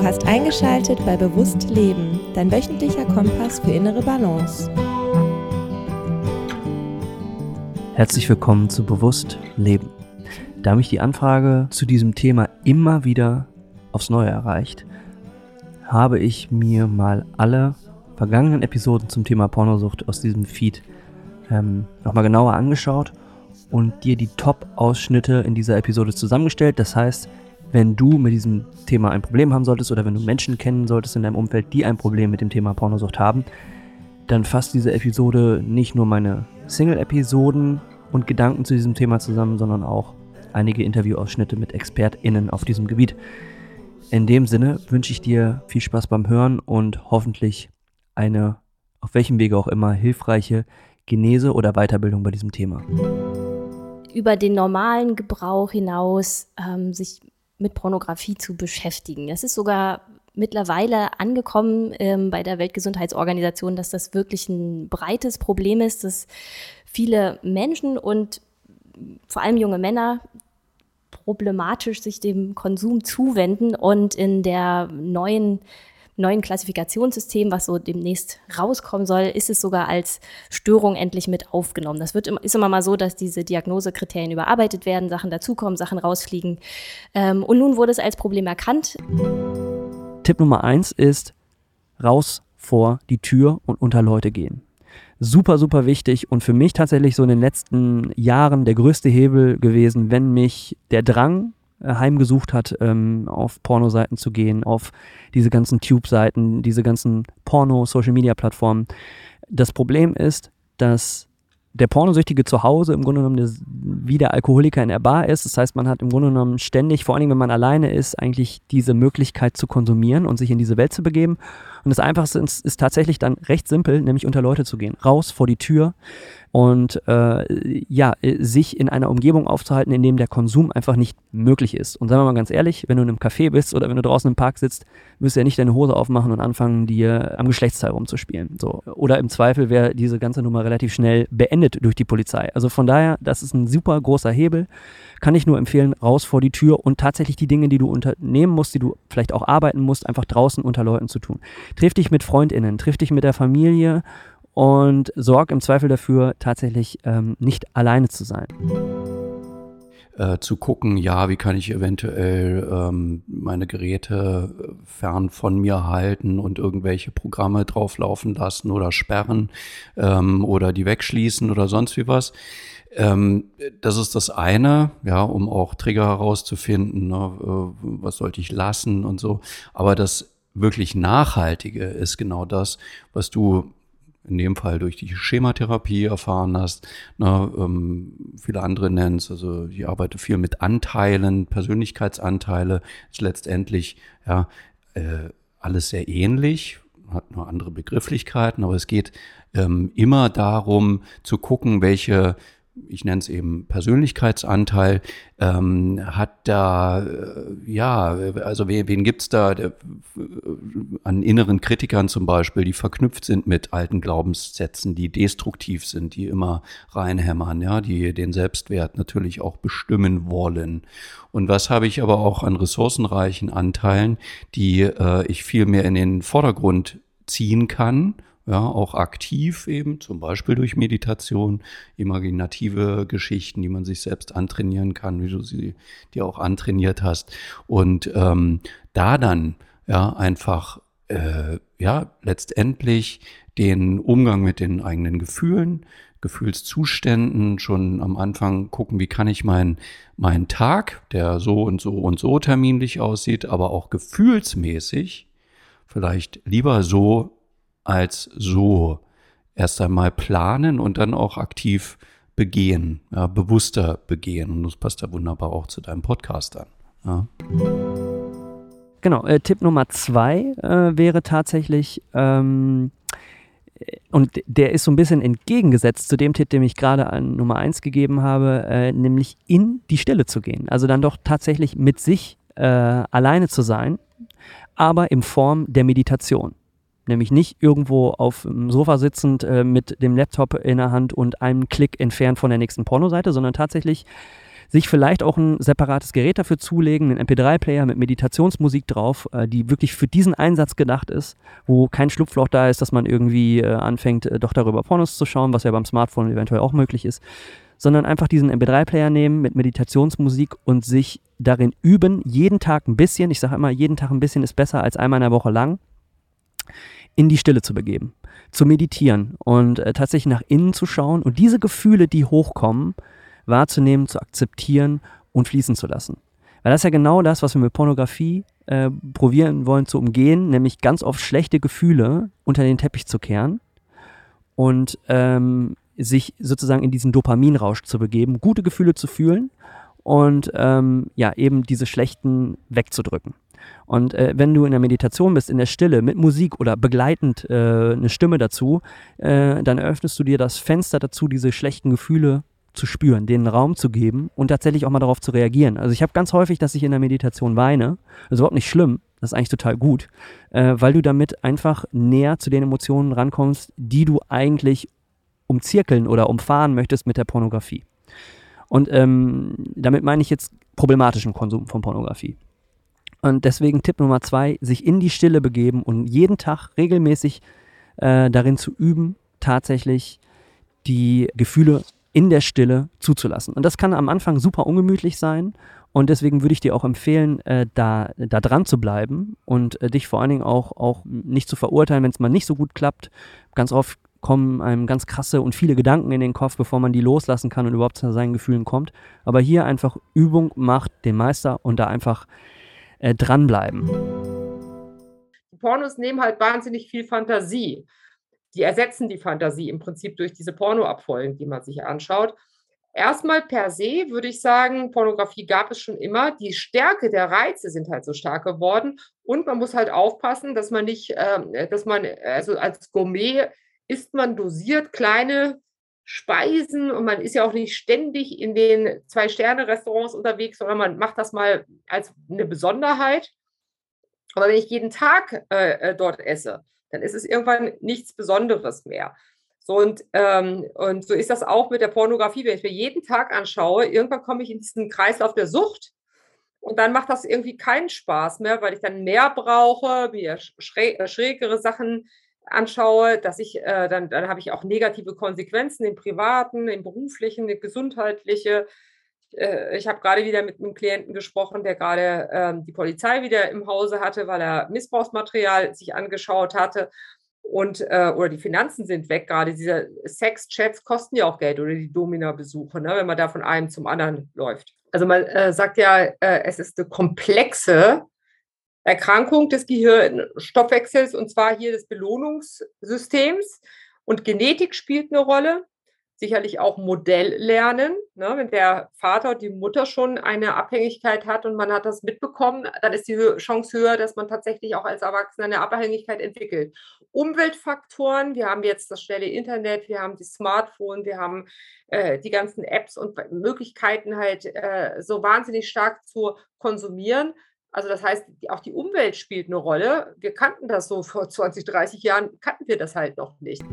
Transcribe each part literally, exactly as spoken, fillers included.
Du hast eingeschaltet bei Bewusst Leben, dein wöchentlicher Kompass für innere Balance. Herzlich willkommen zu Bewusst Leben. Da mich die Anfrage zu diesem Thema immer wieder aufs Neue erreicht, habe ich mir mal alle vergangenen Episoden zum Thema Pornosucht aus diesem Feed ähm, nochmal genauer angeschaut und dir die Top-Ausschnitte in dieser Episode zusammengestellt. Das heißt, wenn du mit diesem Thema ein Problem haben solltest oder wenn du Menschen kennen solltest in deinem Umfeld, die ein Problem mit dem Thema Pornosucht haben, dann fasst diese Episode nicht nur meine Single-Episoden und Gedanken zu diesem Thema zusammen, sondern auch einige Interviewausschnitte mit ExpertInnen auf diesem Gebiet. In dem Sinne wünsche ich dir viel Spaß beim Hören und hoffentlich eine, auf welchem Wege auch immer, hilfreiche Genese oder Weiterbildung bei diesem Thema. Über den normalen Gebrauch hinaus ähm, sich mit Pornografie zu beschäftigen. Das ist sogar mittlerweile angekommen ähm, bei der Weltgesundheitsorganisation, dass das wirklich ein breites Problem ist, dass viele Menschen und vor allem junge Männer problematisch sich dem Konsum zuwenden und in der neuen neuen Klassifikationssystem, was so demnächst rauskommen soll, ist es sogar als Störung endlich mit aufgenommen. Das wird, ist immer mal so, dass diese Diagnosekriterien überarbeitet werden, Sachen dazukommen, Sachen rausfliegen. Ähm, und nun wurde es als Problem erkannt. Tipp Nummer eins ist, raus vor die Tür und unter Leute gehen. Super, super wichtig und für mich tatsächlich so in den letzten Jahren der größte Hebel gewesen, wenn mich der Drang heimgesucht hat, ähm, auf Pornoseiten zu gehen, auf diese ganzen Tube-Seiten, diese ganzen Porno-Social-Media-Plattformen. Das Problem ist, dass der Pornosüchtige zu Hause im Grunde genommen das, wie der Alkoholiker in der Bar ist. Das heißt, man hat im Grunde genommen ständig, vor allem wenn man alleine ist, eigentlich diese Möglichkeit zu konsumieren und sich in diese Welt zu begeben. Und das Einfachste ist, ist tatsächlich dann recht simpel, nämlich unter Leute zu gehen. Raus vor die Tür und äh, ja, sich in einer Umgebung aufzuhalten, in dem der Konsum einfach nicht möglich ist. Und sagen wir mal ganz ehrlich, wenn du in einem Café bist oder wenn du draußen im Park sitzt, wirst du ja nicht deine Hose aufmachen und anfangen, dir am Geschlechtsteil rumzuspielen. So. Oder im Zweifel wäre diese ganze Nummer relativ schnell beendet durch die Polizei. Also von daher, das ist ein super großer Hebel. Kann ich nur empfehlen, raus vor die Tür und tatsächlich die Dinge, die du unternehmen musst, die du vielleicht auch arbeiten musst, einfach draußen unter Leuten zu tun. Triff dich mit FreundInnen, triff dich mit der Familie und sorg im Zweifel dafür, tatsächlich ähm, nicht alleine zu sein. Äh, zu gucken, ja, wie kann ich eventuell ähm, meine Geräte fern von mir halten und irgendwelche Programme drauflaufen lassen oder sperren ähm, oder die wegschließen oder sonst wie was. Ähm, das ist das eine, ja, um auch Trigger herauszufinden, ne, äh, was sollte ich lassen und so. Aber das wirklich Nachhaltige ist genau das, was du in dem Fall durch die Schematherapie erfahren hast, ne, ähm, viele andere nennen es, also ich arbeite viel mit Anteilen, Persönlichkeitsanteile, ist letztendlich ja äh, alles sehr ähnlich, hat nur andere Begrifflichkeiten, aber es geht ähm, immer darum zu gucken, welche, ich nenne es eben Persönlichkeitsanteil, ähm, hat da, äh, ja, also wen, wen gibt's da der, an inneren Kritikern zum Beispiel, die verknüpft sind mit alten Glaubenssätzen, die destruktiv sind, die immer reinhämmern, ja, die den Selbstwert natürlich auch bestimmen wollen. Und was habe ich aber auch an ressourcenreichen Anteilen, die äh, ich viel mehr in den Vordergrund ziehen kann, ja, auch aktiv eben, zum Beispiel durch Meditation, imaginative Geschichten, die man sich selbst antrainieren kann, wie du sie dir auch antrainiert hast. Und ähm, da dann ja einfach äh, ja letztendlich den Umgang mit den eigenen Gefühlen, Gefühlszuständen schon am Anfang gucken, wie kann ich meinen meinen Tag, der so und so und so terminlich aussieht, aber auch gefühlsmäßig vielleicht lieber so als so erst einmal planen und dann auch aktiv begehen, ja, bewusster begehen. Und das passt ja wunderbar auch zu deinem Podcast an. Ja. Genau, äh, Tipp Nummer zwei äh, wäre tatsächlich, ähm, und der ist so ein bisschen entgegengesetzt zu dem Tipp, den ich gerade an Nummer eins gegeben habe, äh, nämlich in die Stille zu gehen. Also dann doch tatsächlich mit sich äh, alleine zu sein, aber in Form der Meditation. Nämlich nicht irgendwo auf dem Sofa sitzend äh, mit dem Laptop in der Hand und einem Klick entfernt von der nächsten Pornoseite, sondern tatsächlich sich vielleicht auch ein separates Gerät dafür zulegen, einen M P drei Player mit Meditationsmusik drauf, äh, die wirklich für diesen Einsatz gedacht ist, wo kein Schlupfloch da ist, dass man irgendwie äh, anfängt, äh, doch darüber Pornos zu schauen, was ja beim Smartphone eventuell auch möglich ist, sondern einfach diesen M P drei Player nehmen mit Meditationsmusik und sich darin üben, jeden Tag ein bisschen, ich sage immer, jeden Tag ein bisschen ist besser als einmal in der Woche lang, in die Stille zu begeben, zu meditieren und äh, tatsächlich nach innen zu schauen und diese Gefühle, die hochkommen, wahrzunehmen, zu akzeptieren und fließen zu lassen. Weil das ist ja genau das, was wir mit Pornografie äh, probieren wollen zu umgehen, nämlich ganz oft schlechte Gefühle unter den Teppich zu kehren und ähm, sich sozusagen in diesen Dopaminrausch zu begeben, gute Gefühle zu fühlen und ähm, ja, eben diese schlechten wegzudrücken. Und äh, wenn du in der Meditation bist, in der Stille, mit Musik oder begleitend äh, eine Stimme dazu, äh, dann eröffnest du dir das Fenster dazu, diese schlechten Gefühle zu spüren, denen Raum zu geben und tatsächlich auch mal darauf zu reagieren. Also ich habe ganz häufig, dass ich in der Meditation weine. Das ist überhaupt nicht schlimm, das ist eigentlich total gut, äh, weil du damit einfach näher zu den Emotionen rankommst, die du eigentlich umzirkeln oder umfahren möchtest mit der Pornografie. Und ähm, damit meine ich jetzt problematischen Konsum von Pornografie. Und deswegen Tipp Nummer zwei, sich in die Stille begeben und jeden Tag regelmäßig äh, darin zu üben, tatsächlich die Gefühle in der Stille zuzulassen. Und das kann am Anfang super ungemütlich sein und deswegen würde ich dir auch empfehlen, äh, da, da dran zu bleiben und äh, dich vor allen Dingen auch, auch nicht zu verurteilen, wenn es mal nicht so gut klappt. Ganz oft kommen einem ganz krasse und viele Gedanken in den Kopf, bevor man die loslassen kann und überhaupt zu seinen Gefühlen kommt. Aber hier einfach Übung macht den Meister und da einfach äh, dranbleiben. Die Pornos nehmen halt wahnsinnig viel Fantasie. Die ersetzen die Fantasie im Prinzip durch diese Pornoabfolgen, die man sich anschaut. Erstmal per se würde ich sagen, Pornografie gab es schon immer. Die Stärke der Reize sind halt so stark geworden. Und man muss halt aufpassen, dass man nicht, äh, dass man, also als Gourmet isst man dosiert kleine Speisen und man ist ja auch nicht ständig in den Zwei-Sterne-Restaurants unterwegs, sondern man macht das mal als eine Besonderheit. Aber wenn ich jeden Tag äh, dort esse, dann ist es irgendwann nichts Besonderes mehr. So und, ähm, und so ist das auch mit der Pornografie. Wenn ich mir jeden Tag anschaue, irgendwann komme ich in diesen Kreislauf der Sucht und dann macht das irgendwie keinen Spaß mehr, weil ich dann mehr brauche, mir schräg, schrägere Sachen anschaue, dass ich, äh, dann, dann habe ich auch negative Konsequenzen im Privaten, im Beruflichen, im Gesundheitliche. Äh, ich habe gerade wieder mit einem Klienten gesprochen, der gerade ähm, die Polizei wieder im Hause hatte, weil er Missbrauchsmaterial sich angeschaut hatte. Und, äh, oder die Finanzen sind weg, gerade diese Sex-Chats kosten ja auch Geld oder die Domina-Besuche, ne, wenn man da von einem zum anderen läuft. Also man äh, sagt ja, äh, es ist eine komplexe Erkrankung des Gehirnstoffwechsels und zwar hier des Belohnungssystems und Genetik spielt eine Rolle. Sicherlich auch Modelllernen, ne? Wenn der Vater und die Mutter schon eine Abhängigkeit hat und man hat das mitbekommen, dann ist die Chance höher, dass man tatsächlich auch als Erwachsener eine Abhängigkeit entwickelt. Umweltfaktoren, wir haben jetzt das schnelle Internet, wir haben die Smartphone, wir haben äh, die ganzen Apps und Möglichkeiten halt äh, so wahnsinnig stark zu konsumieren. Also das heißt, auch die Umwelt spielt eine Rolle. Wir kannten das so vor zwanzig, dreißig Jahren, kannten wir das halt noch nicht.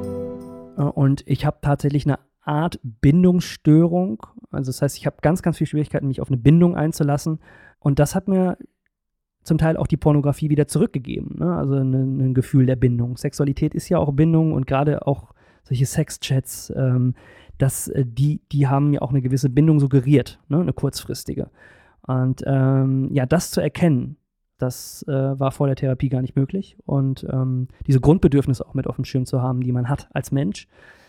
Und ich habe tatsächlich eine Art Bindungsstörung. Also das heißt, ich habe ganz, ganz viele Schwierigkeiten, mich auf eine Bindung einzulassen. Und das hat mir zum Teil auch die Pornografie wieder zurückgegeben. Ne? Also ein, ein Gefühl der Bindung. Sexualität ist ja auch Bindung und gerade auch solche Sexchats, ähm, das, die, die haben mir auch eine gewisse Bindung suggeriert, ne? Eine kurzfristige. Und ähm, ja, das zu erkennen, das äh, war vor der Therapie gar nicht möglich. Und ähm, diese Grundbedürfnisse auch mit auf dem Schirm zu haben, die man hat als Mensch.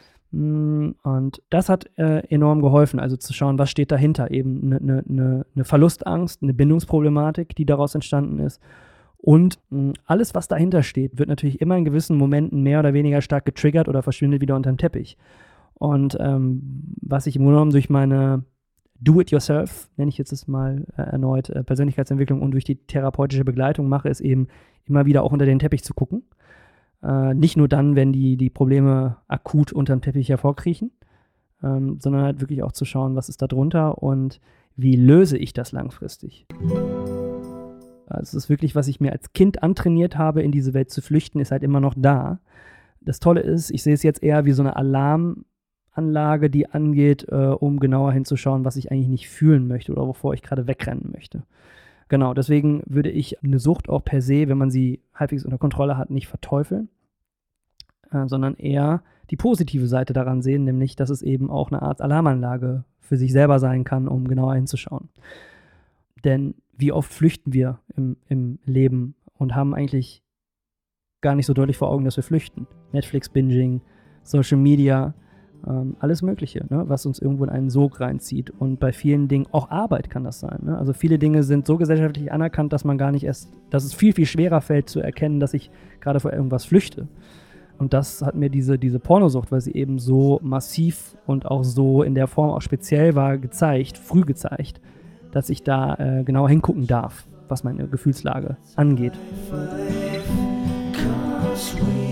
Und das hat äh, enorm geholfen, also zu schauen, was steht dahinter. Eben eine ne, ne, ne Verlustangst, eine Bindungsproblematik, die daraus entstanden ist. Und mh, alles, was dahinter steht, wird natürlich immer in gewissen Momenten mehr oder weniger stark getriggert oder verschwindet wieder unterm Teppich. Und ähm, was ich im Grunde genommen durch meine Do-it-yourself, nenne ich jetzt es mal äh, erneut, äh, Persönlichkeitsentwicklung und durch die therapeutische Begleitung mache, ist eben immer wieder auch unter den Teppich zu gucken. Äh, nicht nur dann, wenn die, die Probleme akut unterm Teppich hervorkriechen, ähm, sondern halt wirklich auch zu schauen, was ist da drunter und wie löse ich das langfristig. Also es ist wirklich, was ich mir als Kind antrainiert habe, in diese Welt zu flüchten, ist halt immer noch da. Das Tolle ist, ich sehe es jetzt eher wie so eine Alarm, Suchtanlage, die angeht, äh, um genauer hinzuschauen, was ich eigentlich nicht fühlen möchte oder wovor ich gerade wegrennen möchte. Genau, deswegen würde ich eine Sucht auch per se, wenn man sie halbwegs unter Kontrolle hat, nicht verteufeln, äh, sondern eher die positive Seite daran sehen, nämlich, dass es eben auch eine Art Alarmanlage für sich selber sein kann, um genauer hinzuschauen. Denn wie oft flüchten wir im, im Leben und haben eigentlich gar nicht so deutlich vor Augen, dass wir flüchten. Netflix-Binging, Social Media, ähm, alles Mögliche, ne, was uns irgendwo in einen Sog reinzieht. Und bei vielen Dingen, auch Arbeit kann das sein. Ne? Also viele Dinge sind so gesellschaftlich anerkannt, dass man gar nicht erst, dass es viel, viel schwerer fällt zu erkennen, dass ich gerade vor irgendwas flüchte. Und das hat mir diese, diese Pornosucht, weil sie eben so massiv und auch so in der Form auch speziell war, gezeigt, früh gezeigt, dass ich da äh, genauer hingucken darf, was meine Gefühlslage angeht. Sweet.